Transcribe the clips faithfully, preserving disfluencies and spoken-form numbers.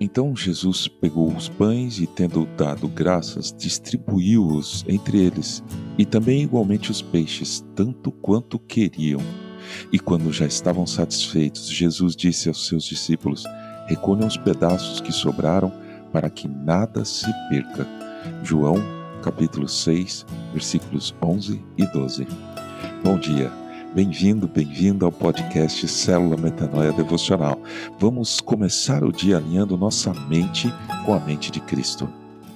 Então Jesus pegou os pães e, tendo dado graças, distribuiu-os entre eles, e também igualmente os peixes, tanto quanto queriam. E quando já estavam satisfeitos, Jesus disse aos seus discípulos: recolham os pedaços que sobraram, para que nada se perca. João, capítulo seis, versículos onze e doze. Bom dia. Bem-vindo, bem-vindo ao podcast Célula Metanoia Devocional. Vamos começar o dia alinhando nossa mente com a mente de Cristo.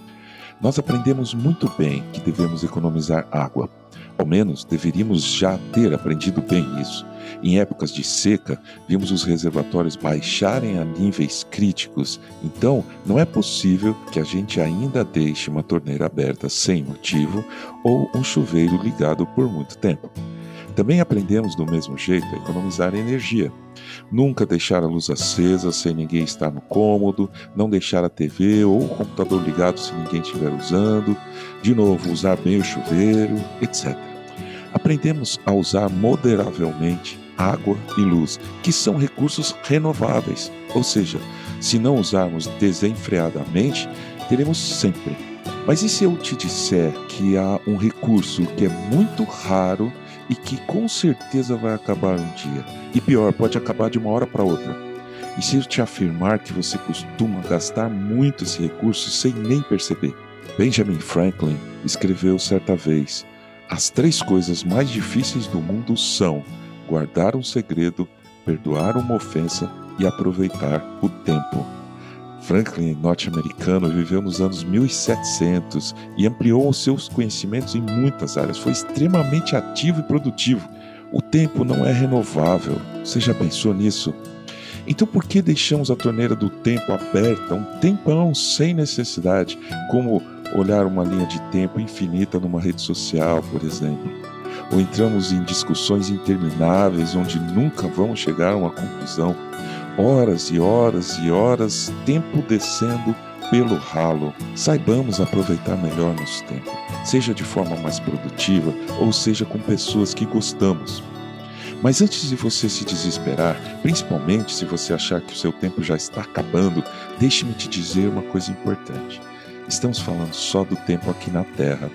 Nós aprendemos muito bem que devemos economizar água. Ao menos deveríamos já ter aprendido bem isso. Em épocas de seca, vimos os reservatórios baixarem a níveis críticos. Então, não é possível que a gente ainda deixe uma torneira aberta sem motivo ou um chuveiro ligado por muito tempo. Também aprendemos do mesmo jeito a economizar energia. Nunca deixar a luz acesa sem ninguém estar no cômodo, não deixar a T V ou o computador ligado se ninguém estiver usando, de novo usar bem o chuveiro, etcétera. Aprendemos a usar moderavelmente água e luz, que são recursos renováveis, ou seja, se não usarmos desenfreadamente, teremos sempre. Mas e se eu te disser que há um recurso que é muito raro e que com certeza vai acabar um dia? E pior, pode acabar de uma hora para outra. E se eu te afirmar que você costuma gastar muito esse recurso sem nem perceber? Benjamin Franklin escreveu certa vez: as três coisas mais difíceis do mundo são guardar um segredo, perdoar uma ofensa e aproveitar o tempo. Franklin, norte-americano, viveu nos anos mil e setecentos e ampliou os seus conhecimentos em muitas áreas. Foi extremamente ativo e produtivo. O tempo não é renovável. Você já pensou nisso? Então por que deixamos a torneira do tempo aberta um tempão sem necessidade, como olhar uma linha de tempo infinita numa rede social, por exemplo? Ou entramos em discussões intermináveis onde nunca vamos chegar a uma conclusão? Horas e horas e horas, tempo descendo pelo ralo. Saibamos aproveitar melhor nosso tempo, seja de forma mais produtiva ou seja com pessoas que gostamos. Mas antes de você se desesperar, principalmente se você achar que o seu tempo já está acabando, deixe-me te dizer uma coisa importante. Estamos falando só do tempo aqui na Terra.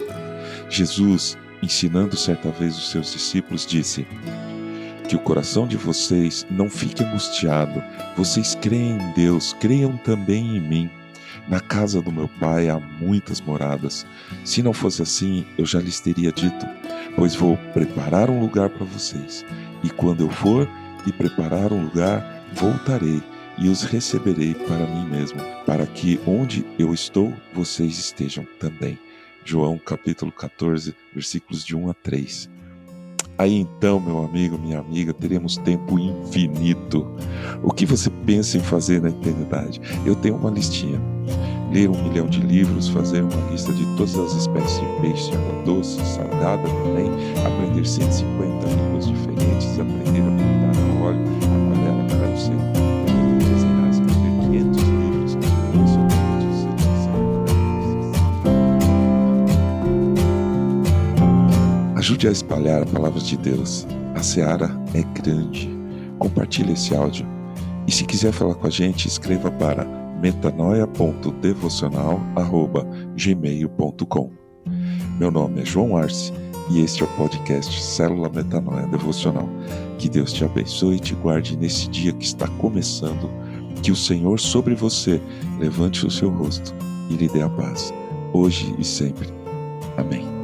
Jesus, ensinando certa vez os seus discípulos, disse: que o coração de vocês não fique angustiado. Vocês creem em Deus, creiam também em mim. Na casa do meu Pai há muitas moradas. Se não fosse assim, eu já lhes teria dito, pois vou preparar um lugar para vocês. E quando eu for e preparar um lugar, voltarei e os receberei para mim mesmo, para que onde eu estou, vocês estejam também. João capítulo catorze, versículos de um a três. Aí então, meu amigo, minha amiga, teremos tempo infinito. O que você pensa em fazer na eternidade? Eu tenho uma listinha. Ler um milhão de livros, fazer uma lista de todas as espécies de peixe, de água doce, salgada também, aprender cento e cinquenta línguas diferentes, aprender a pintar a óleo, aquarela, caracol, desenhar, escrever quinhentos livros. Ajude a espalhar a palavra de Deus. A seara é grande. Compartilhe esse áudio. E se quiser falar com a gente, escreva para metanoia ponto devocional arroba gmail ponto com. Meu nome é João Arce e este é o podcast Célula Metanoia Devocional. Que Deus te abençoe e te guarde nesse dia que está começando. Que o Senhor sobre você levante o seu rosto e lhe dê a paz, hoje e sempre. Amém.